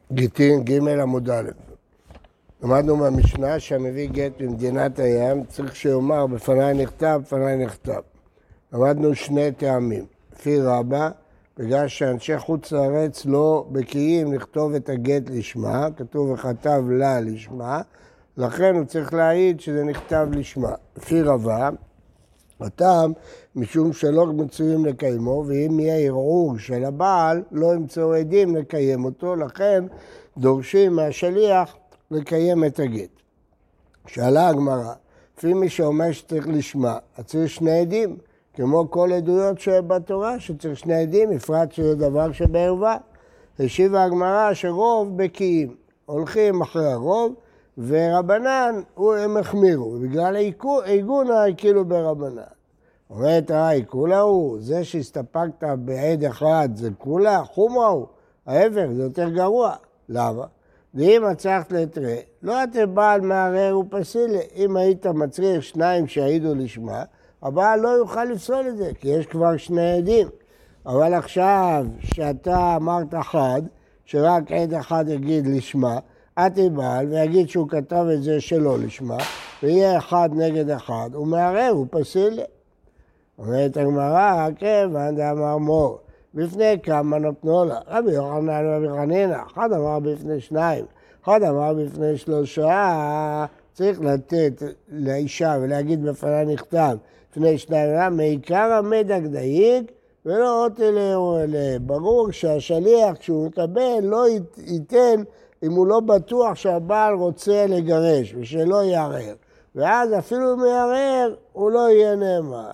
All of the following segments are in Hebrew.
גיטין ג' עמוד א'. למדנו מהמשנה שהמביא גט במדינת הים צריך שיאמר בפניי נכתב, בפניי נכתב. למדנו שני טעמים. לפי רבא, בגלל שאנשי חוץ לארץ לא בקיאים לכתוב את הגט לשמה, כתוב וכתב לה לשמה, לכן הוא צריך להעיד שזה נכתב לשמה. לפי רבא, הטעם משום שלא מצויים לקיימו, ואם יהיה ערעור של הבעל, לא ימצאו עדים לקיים אותו, לכן דורשים מהשליח לקיים את הגט. שאלה הגמרא, לפי מי שאומר שצריך לשמה, צריך שני עדים, כמו כל עדויות שבתורה שצריך שני עדים, בפרט שזה דבר שבערווה. השיבה הגמרא שרוב בקיאים, הולכים אחרי הרוב, ורבנן הם החמירו, ובגלל העיגונה הקילו ברבנן. אומרת העיקולה הוא, זה שהסתפקת בעד אחד זה כולה, חומה הוא, ההפך זה יותר גרוע. למה? ואם הצלחת לתראה, לא אתה בעל מערער ופסילה, אם היית מצריך שניים שהעידו לשמה, הבעל לא יוכל לפסול את זה, כי יש כבר שני עדים. אבל עכשיו שאתה אמרת אחד, שרק עד אחד יגיד לשמה, אתה בעל ויגיד שהוא כתב את זה שלא לשמה, ויהיה אחד נגד אחד, הוא מערער, הוא פסילה. אומרת הגמרא, כיוון דאמר מור, בפני כמה נתנו לה? רבי יוחנן ורבי חנינא, אחד אמר בפני שניים, אחד אמר בפני שלושה, צריך לתת לאישה ולהגיד בפני נכתב, לפני שניים, מעיקר המדק דייק ולא עוד אלה. ברור שהשליח כשהוא מקבל לא ייתן אם הוא לא בטוח שהבעל רוצה לגרש ושלא יערער, ואז אפילו אם יערער הוא לא יהיה נאמן.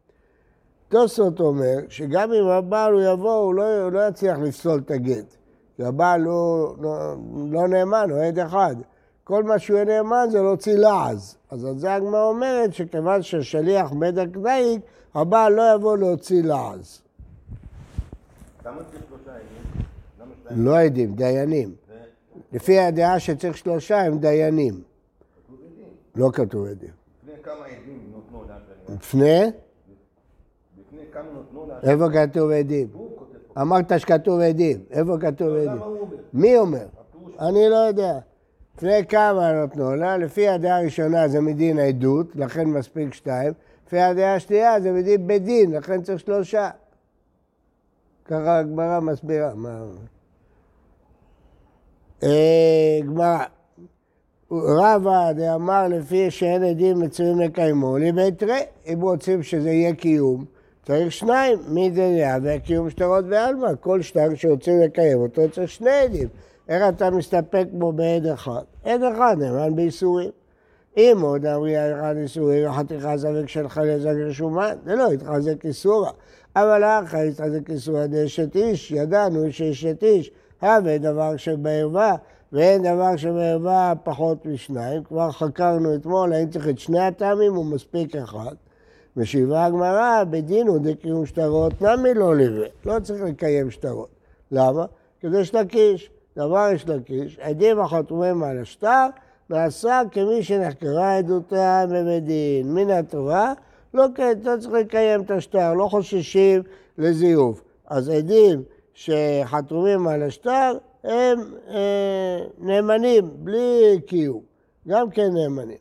תוספות אומר שגם אם הבעל הוא יבוא, הוא לא יצליח לפסול את הגט. כי הבעל לא נאמן, הוא עד אחד. כל מה שהוא יהיה נאמן זה להוציא לעז. אז על זה הגמרא אומרת שכיוון שהשליח מדק דייק, הבעל לא יבוא להוציא לעז. כמה צריך שלושה עדים? לא עדים, דיינים. לפי הדעה שצריך שלושה הם דיינים. כתוב עדים. לא כתוב עדים. לפני כמה עדים נותנו להשליח? לפני? כמה נותנו להשליח? איפה כתוב עדים? אמרת שכתוב עדים. איפה כתוב עדים? מי אומר? אני לא יודע. לפני כמה נותנו לה? לפי הדעה הראשונה זה מדין עדות, לכן מספיק שתיים. לפי הדעה השנייה זה מדין בדין, לכן צריך שלושה. ככה הגמרא מסבירה. גמרא. רבא דאמר לפי שאין עדים מצויים לקיימו, לבית ראה. אם רוצים שזה יהיה קיום, צריך שניים, מי דניה והקיום שטרות בעלמא, כל שטר שרוצים לקיים אותו צריך שני עדים. איך אתה מסתפק בו בעד אחד? עד אחד נאמן באיסורים. אם עוד אמרי אחד איסורים, חתיכה זבק של חלק זבק שומן, זה לא יתחזק איסורה. אבל אחר יתחזק איסורה דאשת איש, ידענו שאשת איש, הווה דבר שבערווה, ואין דבר שבערווה פחות משניים. כבר חקרנו אתמול, האם צריך את שני הטעמים או מספיק אחד. משיבה הגמרא, בדין הוא דקיום שטרות, נמי לא לווה, לא צריך לקיים שטרות. למה? כדי שלקיש, דבר יש לקיש, עדים החתומים על השטר, נעשה כמי שנחקרה עדותה בבדין. מן התורה, לא צריך לקיים את השטר, לא חוששים לזיוף. אז עדים שחתומים על השטר, הם נאמנים, בלי קיום, גם כן נאמנים.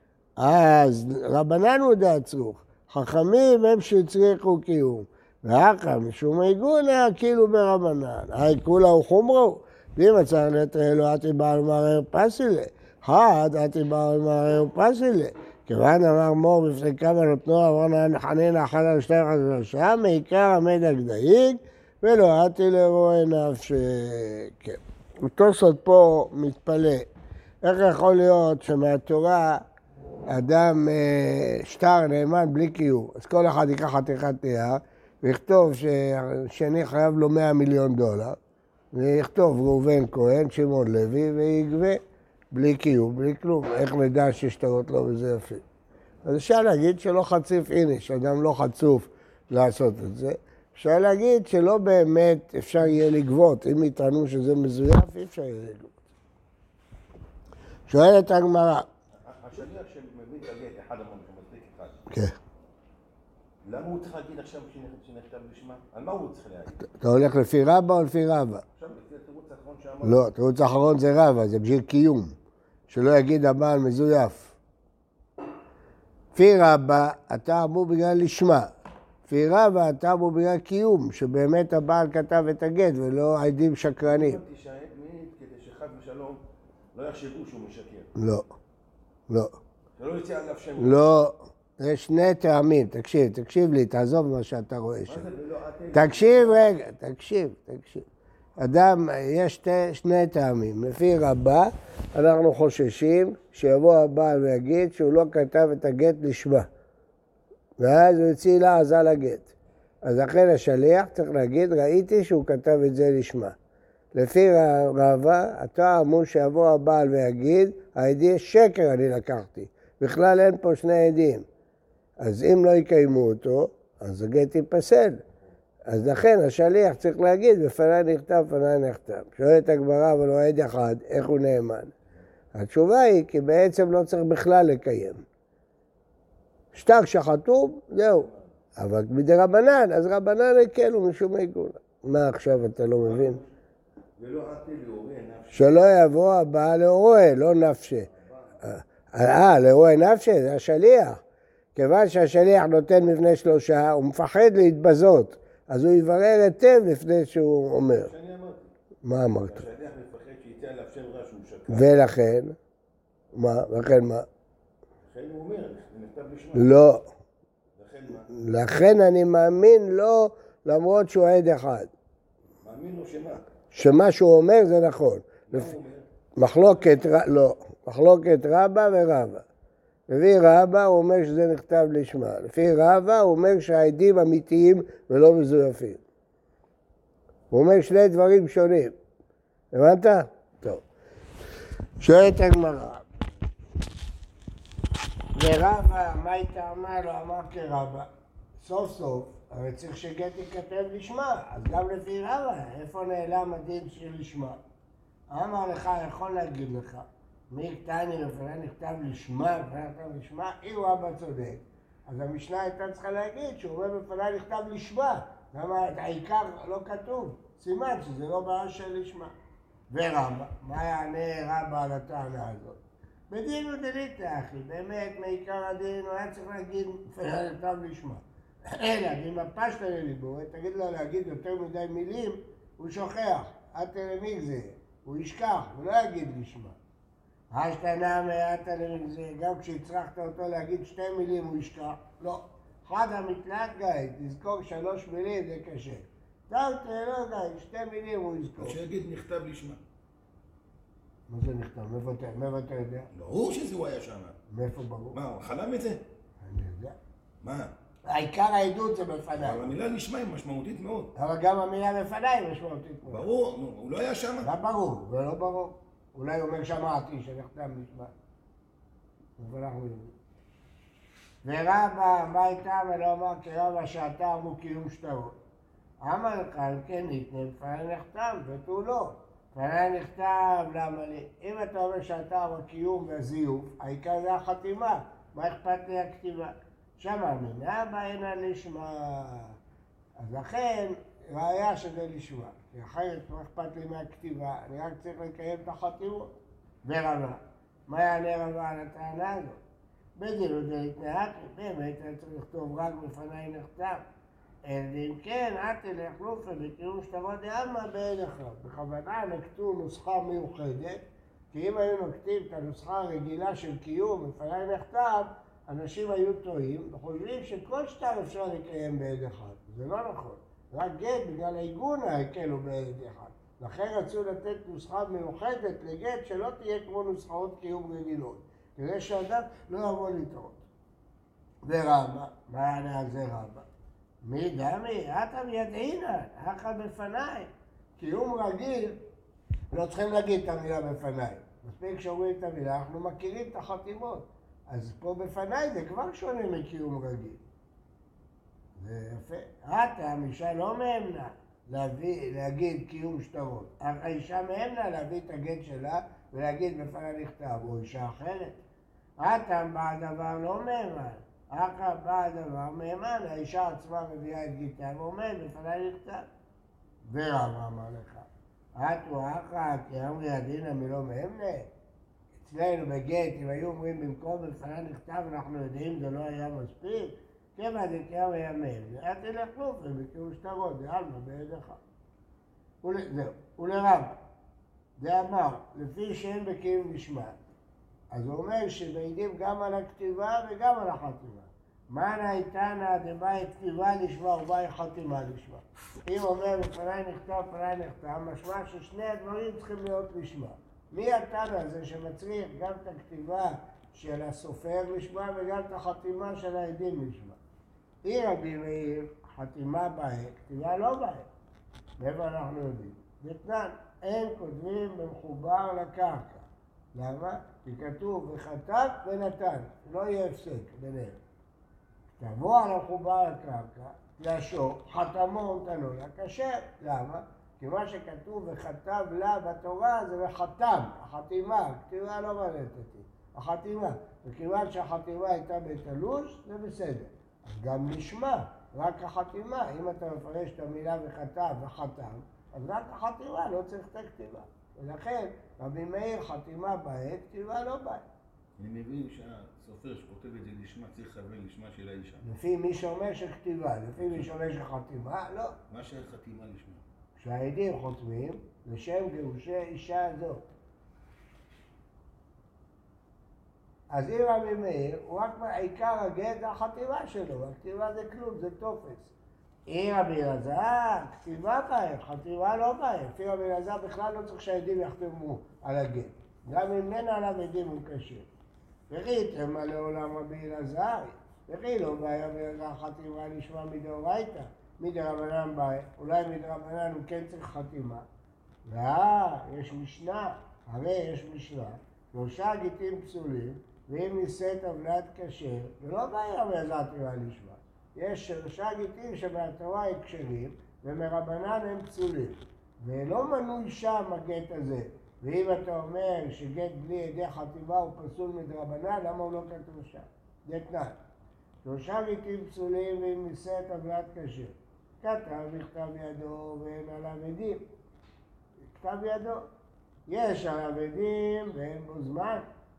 אז רבנן הוא דעת צרוך. חכמים הם שהצריכו קיום, ואחר משום עיגונה כאילו ברבנן. העיקולה הוא חומרו, ואם צריך לתראה לו עתי בעל מערער פסילה, עתי בעל מערער פסילה. כיוון אמר מור בפני כמה נותנו אמרנו חנינא אחד על שתיים אחד על שלושה, מעיקר המדק דייק ולא עתי לרואה נפשי. כן. תוספות פה מתפלא, איך יכול להיות שמהתורה אדם שטר נאמן בלי קיום, אז כל אחד ייקח חתיכת נייר ויכתוב ששני חייב לו $100 מיליון, ויכתוב ראובן כהן, שמעון לוי, ויגבה בלי קיום, בלי כלום. איך נדע ששטרות לו וזה יפה? אז אפשר להגיד שלא חצוף, הנה, שאדם לא חצוף לעשות את זה. אפשר להגיד שלא באמת אפשר יהיה לגבות, אם יטענו שזה מזויף, אי אפשר יהיה לגבות. שואלת הגמרא. השליח שמביא את הגט, אחד אמר שמספיק אחד. כן. למה הוא צריך להגיד עכשיו שנכתב בשמה? על מה הוא צריך להגיד? אתה הולך לפי רבא או לפי רבא? עכשיו לפי התירוץ האחרון שאמרת. לא, התירוץ האחרון זה רבא, זה בשביל קיום. שלא יגיד הבעל מזויף. לפי רבא, אתה אמור בגלל לשמה. לפי רבא, אתה אמור בגלל קיום, שבאמת הבעל כתב את הגט ולא עדים שקרנים. אמרתי שהעד מעיד כדי שחד ושלום לא יחשבו שהוא משקר. לא, לא. שלא יצא עליו שם. לא, יש שני טעמים, תקשיב לי, תעזוב מה שאתה רואה שם. מה זה ולא עתה? תקשיב רגע, תקשיב. אדם, יש שני טעמים. לפי רבא, אנחנו חוששים שיבוא הבעל ויגיד שהוא לא כתב את הגט לשמה. ואז הוא יוציא לעז על הגט. אז לכן השליח צריך להגיד, ראיתי שהוא כתב את זה לשמה. לפי רבא, אתה אמור שיבוא הבעל ויגיד, העדי שקר אני לקחתי. בכלל אין פה שני עדים. אז אם לא יקיימו אותו, אז הגט ייפסל. אז לכן השליח צריך להגיד, בפניי נכתב, בפניי נכתב. שואלת הגמרא, אבל הוא עד אחד, איך הוא נאמן? התשובה היא, כי בעצם לא צריך בכלל לקיים. שטר שחתום, זהו. אבל מדי רבנן, אז רבנן הקלו משום עיגון. מה עכשיו אתה לא מבין? ולא עתה להורה נפשי. שלא יבוא הבא להורה, לא נפשי. להורה נפשי, זה השליח. כיוון שהשליח נותן מבנה שלושה, הוא מפחד להתבזות. אז הוא יברר היטב לפני שהוא אומר. שאני אמרתי. מה אמרת? השליח מפחד שיצא עליו שם רע שהוא שקר. ולכן? מה? לכן מה? לכן הוא אומר, זה נכתב לשמה. לא. לכן מה? לכן אני מאמין לו, למרות שהוא עד אחד. מאמין לו שמה? שמה שהוא אומר זה נכון. מה הוא אומר? מחלוקת רבא ורבא. לפי רבא הוא אומר שזה נכתב לשמה. לפי רבא הוא אומר שהעדים אמיתיים ולא מזויפים. הוא אומר שני דברים שונים. הבנת? טוב. שואלת הגמרא. ורבא, מה הייתה אמר לו? אמר כרבא. סוף סוף, הרי צריך שגט ייכתב לשמה. אז גם לפי רבא, איפה נעלם הדין של לשמה? אמר לך, יכול להגיד לך. מי קטני לפני נכתב לשמה, לפני נכתב לשמה, הוא אבא צודק. אז המשנה הייתה צריכה להגיד שהוא אומר בפני נכתב לשמה. למה העיקר לא כתוב? סימן שזה לא בעיה של לשמה. ורבא, מה יענה רבא על הטענה הזאת? בדין ודלית אחי, באמת מעיקר הדין הוא היה צריך להגיד בפני נכתב לשמה. אלא, אם הפשטה לליבו, תגיד לו להגיד יותר מדי מילים, הוא שוכח. עתה למגזה, הוא ישכח, הוא לא יגיד לשמה. השתנה מעתה למגזה, גם כשהצרכת אותו להגיד שתי מילים הוא ישכח. לא. אחד המתלת גיא, תזכור 3 מילים, זה קשה. טוב, לא גיא, 2 מילים הוא יזכור. שיגיד נכתב לשמה. מה זה נכתב? מאיפה אתה יודע? ברור שזה הוא היה שם. מאיפה ברור? מה, הוא חלם את זה? אני יודע. מה? העיקר העדות זה בפניי. אבל המילה לשמה היא משמעותית מאוד. אבל גם המילה בפניי היא משמעותית מאוד. ברור, הוא לא היה שם. לא ברור, ולא ברור. אולי הוא אומר שמעתי שנכתב לשמה. אבל אנחנו יודעים. ורבא, מה הייתה ולא אמר כרבא שהטעם הוא קיום שטרות. אמר לך, אם כן ניתנה, לפני נכתב, ותו לא. לפני נכתב, למה לי? אם אתה אומר שהטעם הקיום והזיוף, העיקר זה החתימה. מה אכפת לי הכתיבה? שמה מינה בעינה לשמה. אז לכן, ראיה שזה לשמה. כי אחרת לא אכפת לי מהכתיבה, אני רק צריך לקיים את החתימות. ורבא, מה יענה רבא על הטענה הזאת? בדין ודלית נהקי, באמת אני צריך לכתוב רק בפני נכתב. אם כן, עתה להחלופה בקיום שטרות דעלמא בעין אחד. בכוונה נקטו נוסחה מיוחדת, כי אם היו נוקטים את הנוסחה הרגילה של קיום בפני נכתב, אנשים היו טועים וחושבים שכל שטר אפשר לקיים בעין אחד. זה לא נכון. רק גט בגלל העיגון הקלו בעין אחד. לכן רצו לתת נוסחה מיוחדת לגט שלא תהיה כמו נוסחאות קיום רגילות. כדי שאדם לא יבוא לטעות. ורבא, מה יענה על זה רבא? מי דמי? אתה בידעינה, אחת בפניי. קיום רגיל, לא צריכים להגיד את המילה בפניי. מספיק שאומרים את המילה, אנחנו מכירים את החתימות. אז פה בפניי זה כבר שונה מקיום רגיל. זה יפה. אתה, האישה לא מאמנה להגיד קיום שטרות. האישה מאמנה להביא את הגט שלה ולהגיד בפניי נכתב, או אישה אחרת. אתה בא דבר לא מאמן. אחר בא דבר מאמן, האישה עצמה מביאה את גיטה ואומרת בפניי נכתב. ורבא אמר לך, אתו אחת, כי אמרי הדינא מלא מאמנה. אצלנו בגט, אם היו אומרים במקום בפניי נכתב, אנחנו יודעים, זה לא היה מספיק. כיוון דקאמר היה מאמנה, אל תלך לופן, בקיום שטרות, זה עלמא בידך. זהו, ולרב, זה אמר, לפי שאין בקיום משמעת. אז הוא אומר שמעידים גם על הכתיבה וגם על החתימה. מנה איתנה דבאי כתיבה לשמה ובאי חתימה לשמה. אם אומר בפניי נכתב, בפניי נכתב, משמע ששני הדברים צריכים להיות לשמה. מי התנא הזה שמצריך גם את הכתיבה של הסופר לשמה וגם את החתימה של העדים לשמה? אם רבי מאיר, חתימה באי, כתיבה לא באי. מאיפה אנחנו יודעים? בתנן, אין כותבים במחובר לקרקע. למה? כי כתוב וכתב ונתן, לא יהיה הפסק ביניהם. תבוא על המחובר לקרקע, לשור, חתמו ונתנו לה, כשר. למה? כי מה שכתוב וכתב לה בתורה זה וחתם, החתימה, הכתיבה לא מעניינת אותי, החתימה. וכיוון שהחתימה הייתה בתלוש, זה בסדר. אז גם נשמע, רק החתימה, אם אתה מפרש את המילה וכתב וחתם, אז רק החתימה, לא צריך את הכתיבה. ולכן, רבי מאיר חתימה בעת, כתיבה לא בעת. אני מבין שהסופר שכותב את זה לשמה צריך לכוון לשמה של האישה. לפי מי שאומר שכתיבה, לפי מי שאומר שחתימה, לא. מה שהחתימה לשמה? כשהעדים חותמים לשם גירושי אישה הזאת. אז אם רבי מאיר, הוא רק עיקר הגט זה החתימה שלו, הכתיבה זה כלום, זה טופס. אם רבי אלעזר, כתיבה בהם, חתימה לא בהם. לפי רבי אלעזר בכלל לא צריך שהעדים יחתמו על הגט. גם אם אין עליו עדים הוא קשה. וראיתם על העולם רבי אלעזר, וכי לא בא רבי אלעזר חתימה לשמה מדאורייתא. מדרבנן בא, אולי מדרבנן הוא כן צריך חתימה. יש משנה, הרי יש משנה, 3 גיטים פסולים, ואם נישאת עוולת כשר, ולא בא רבי אלעזר תיבה לשמה. יש 3 גיטים שבתורה הם כשרים, ומרבנן הם פסולים. ולא מנוי שם הגט הזה. ואם אתה אומר שגט בלי ידי חתימה הוא פסול מדרבנן, למה הוא לא כתוב שם? זה תנאי. 3 גיטים פסולים ואם נישאת עוולת כשר. כתב בכתב ידו ואין עליו עדים. כתב ידו. יש עליו עדים ואין בו זמן.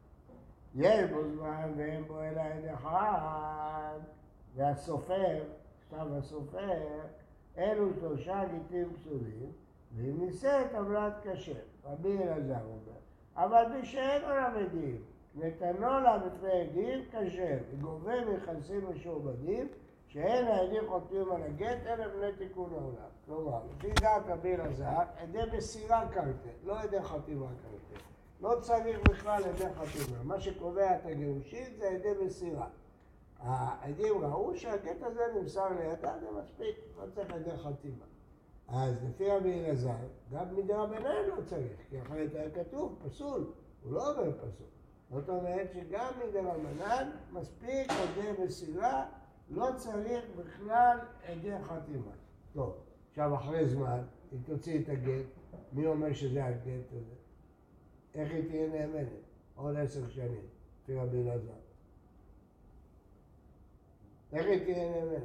יש בו זמן ואין בו אלא עד אחד. והסופר, כתב הסופר, אלו 3 גיטים פסולים, ואם נישאת עוולת כשר. רבי אלעזר אומר. אבל מי שאין עליו עדים, נתנו לה בפני עדים כשר, וגובה מכנסים משועבדים, שאין העדים חותמים על הגט, אלא בני תיקון העולם. כלומר, לפי דעת רבי אלעזר, עדי מסירה קרטל, לא עדי חתימה קרטל. לא צריך בכלל עדי חתימה. מה שקובע את הגירושין זה עדי מסירה. העדים ראו שהגט הזה נמסר לידה, זה מספיק, לא צריך עדי חתימה. אז לפי רבי אלעזר, גם מדרבנן לא צריך, כי אחרת היה כתוב פסול, הוא לא אומר פסול. זאת אומרת שגם מדרבנן מספיק עדי מסירה, לא צריך בכלל עדי חתימה. טוב, עכשיו אחרי זמן, היא תוציא את הגט, מי אומר שזה הגט הזה? איך היא תהיה נאמנת? עוד 10 שנים, לפי רבי אלעזר. איך היא תהיה נאמנת?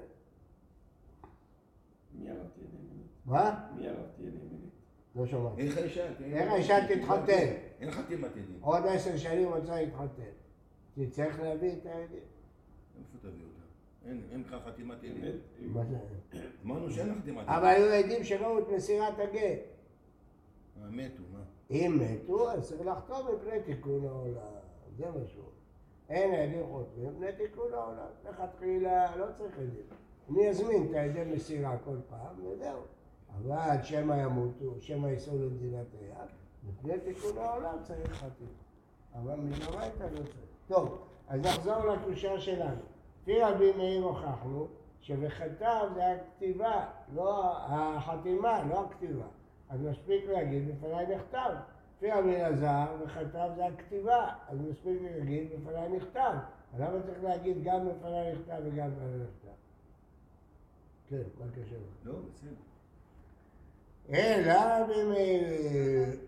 מי הרב תהיה נאמנת? מה? מי הרב תהיה נאמנת? לא שמעתי. איך האישה? איך האישה תתחתן? אין חתימת עדים. עוד 10 שנים רוצה להתחתן. תצטרך להביא את העדים. איפה תביא אותה? אין לך חתימת עדים. מה זה? אמרנו שאין חתימת עדים. אבל היו עדים שראו את מסירת הגט. מתו, מה? אם מתו, אז צריך לחתום מפני תיקון העולם. זה משהו. אין עדים חותמים מפני תיקון העולם. לכתחילה לא צריך עדים. אני אזמין את העדי מסירה כל פעם, וזהו. אבל שמא ימותו, שמא ייסעו למדינת היד, מפני תיקון העולם צריך חתימה. אבל מדאורייתא לא צריך. טוב, אז נחזור לקושייה שלנו. לפי רבי מאיר הוכחנו שבכתב זה הכתיבה, לא החתימה, לא הכתיבה. אז מספיק להגיד בפני נכתב. לפי רבי אלעזר בכתב זה הכתיבה, אז מספיק להגיד בפני נכתב. אז למה צריך להגיד גם בפני נכתב וגם בפני נכתב? כן, מה קשה לך? לא, בסדר. אלא רבי מאיר.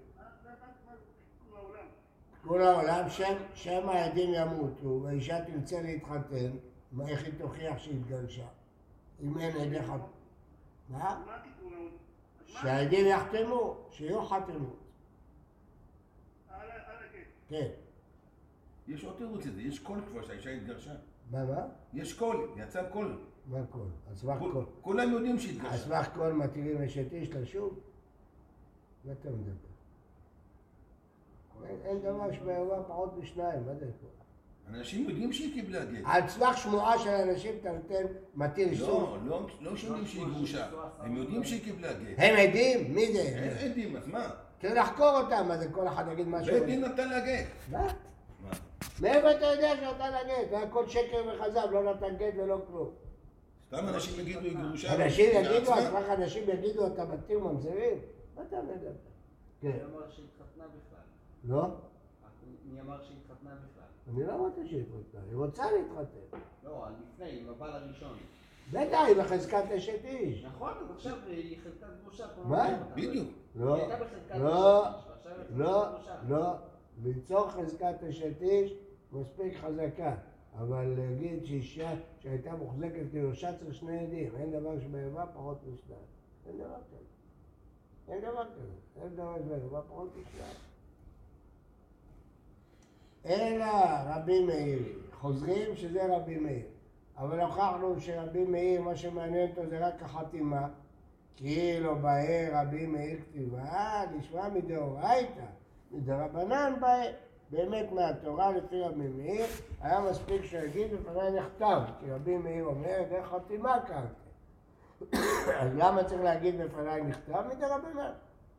כל העולם, שם העדים ימותו, והאישה תרצה להתחתן, איך היא תוכיח שהתגרשה? אם אין עדי חתימה. מה? שהעדים יחתמו, שיהיו חתימות. על הגט. כן. יש עוד תירוץ לזה, יש קול כבר שהאישה התגרשה. מה? יש קול, יצא קול. מה קול? על סמך קול. כולם יודעים על שהתגרשה. סמך קול מתירים אשת איש לשוב? מה אתה מדבר? אין דבר שבערבה פחות משניים, מה זה קול? אנשים יודעים שהיא קיבלה גט. על סמך שמועה של אנשים אתה נותן מתיר איסור? לא שומעים שהיא גרושה. הם יודעים שהיא קיבלה גט. הם עדים? מי זה? הם עדים, אז מה? צריך לחקור אותם, מה זה כל אחד יגיד משהו? בית דין נתן לה גט. מה? מה? מאיפה אתה יודע שנתן לה גט? זה הכל שקר וכזב, לא נתן גט ולא כלום. סתם אנשים יגידו היא גרושה. אנשים יגידו, לעצמה. על סמך אנשים יגידו, אתה מתיר ממזרים? מה אתה מדבר? כן. מי אמר שהתחתנה בכלל? לא? מי אמר שהתחתנה בכלל? אני לא אמרתי שהיא התחתנה, היא רוצה להתחתן. לא, לפני, עם הבעל הראשון. בטח, היא בחזקת אשת איש. נכון, אז עכשיו היא חלקת גרושה. מה? בדיוק. לא, היא הייתה בחזקת לא, אשת איש, ועכשיו היא לא, חלקת גרושה. לא. ליצור חזקת אשת איש מספיק חזקה. אבל להגיד שאישה שהייתה מוחזקת כראשה צריך שני עדים. אין דבר שבערבה פחות משניים. אין דבר כזה. אין דבר כזה. אין דבר שבערבה פחות משניים. אלא רבי מאיר. חוזרים שזה רבי מאיר. אבל הוכחנו שרבי מאיר, מה שמעניין אותו זה רק החתימה. כאילו בהר רבי מאיר כתיבה, נשמע מדאורייתא, מדרבנן בהר. באמת מהתורה לפי רבי מאיר, היה מספיק שיגיד בפני נכתב, כי רבי מאיר אומר, דרך חתימה קרתי. אז למה צריך להגיד בפני נכתב? מדרבנן.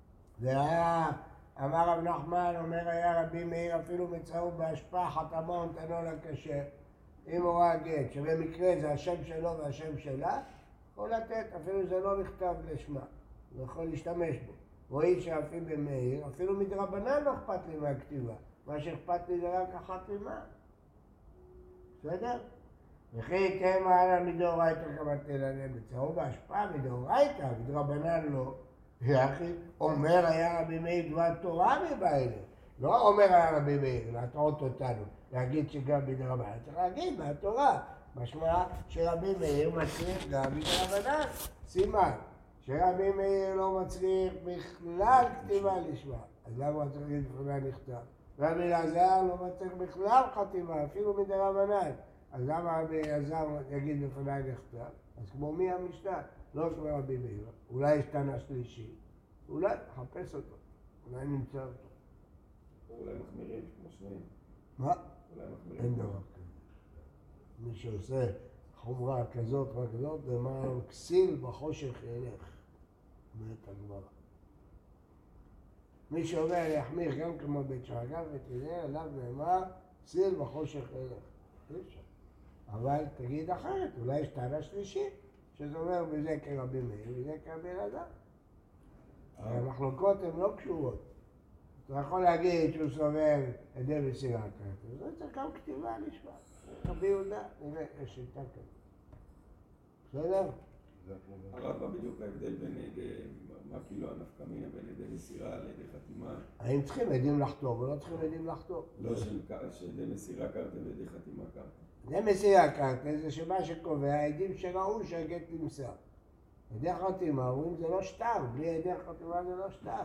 אמר רב נחמן, אומר היה רבי מאיר, אפילו מצאו בהשפעה חתמה ונתנו לכשר. אם הוא ראה גט, שבמקרה זה השם שלו והשם שלה, יכול לתת, אפילו זה לא נכתב לשמה, הוא יכול להשתמש בו. רואים שאפילו במאיר, אפילו מדרבנן לא אכפת לי מהכתיבה, מה שאכפת לי זה רק החתימה. בסדר? וכי תמה הלאה מדאורייתא כמתנן בצהוב בהשפעה מדאורייתא, מדרבנן לא. ואחי, אומר היה רבי מאיר דבר תורה מבעלה. לא אומר היה רבי מאיר, להטעות אותנו, להגיד שגם מדרבנן. צריך להגיד מהתורה. משמע שרבי מאיר מצריך גם מדרבנן. סימן שרבי מאיר לא מצריך בכלל כתיבה לשמה. אז למה הוא צריך להגיד בפני נכתב? רבי אלעזר לא מצריך בכלל חתימה, אפילו מדרבנן. אז למה רבי אלעזר יגיד בפני נכתב? אז כמו מי המשנה? לא כמו רבי מאיר. אולי יש טענה שלישי. אולי חפש אותו. אולי נמצא אותו. אולי מחמירים כמו שניהם. מה? אולי מחמירים. אין דבר כזה. מי שעושה חומרה כזאת רק זאת, ומה כסיל בחושך ילך. אומרת הגמרא. מי שאומר יחמיר גם כמו בית שרגא ותראה, עליו נאמר, כסיל בחושך ילך. אי אפשר. אבל תגיד אחרת, אולי יש טענה שלישית, שזה אומר בזה כרבי מאיר, בזה כרבי אלעזר. המחלוקות הן לא קשורות. אתה יכול להגיד שהוא סובר עדי מסירה כזאת, זה צריך גם כתיבה נשמע. רבי יהודה, נראה, יש שיטה כזאת. בסדר? הרב, מה בדיוק ההבדל בין מה כאילו הנפקא מינה בין עדי מסירה לעדי חתימה? האם צריכים עדים לחתום או לא צריכים עדים לחתום? לא שעדי מסירה קרתה ועדי חתימה קרתה. עדי מסירה קרתה זה שמה שקובע העדים שראו שהגט נמסר. עדי חתימה אומרים זה לא שטר, בלי עדי חתימה זה לא שטר.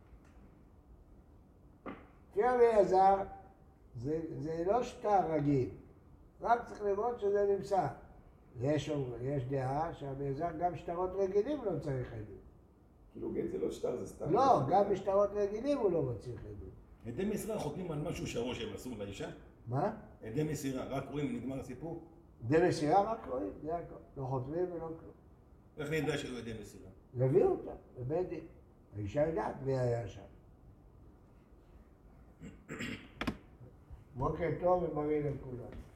לפי רבי אלעזר זה לא שטר רגיל, רק צריך לראות שזה נמסר. יש דעה שרבי אלעזר גם שטרות רגילים לא צריך עדים. כאילו גט זה לא שטר, זה סתם. לא, גם בשטרות רגילים הוא לא מצריך עדים. עדי מסירה חותמים על משהו שהראש הם אסור לאישה? מה? עדי מסירה, רק רואים ונגמר הסיפור? עדי מסירה רק רואים, זה הכל. לא חותמים ולא כלום. איך נדע שהיו עדי מסירה? נביא אותה, בבית דין. האישה יודעת מי היה שם. בוקר טוב ובריא לכולם.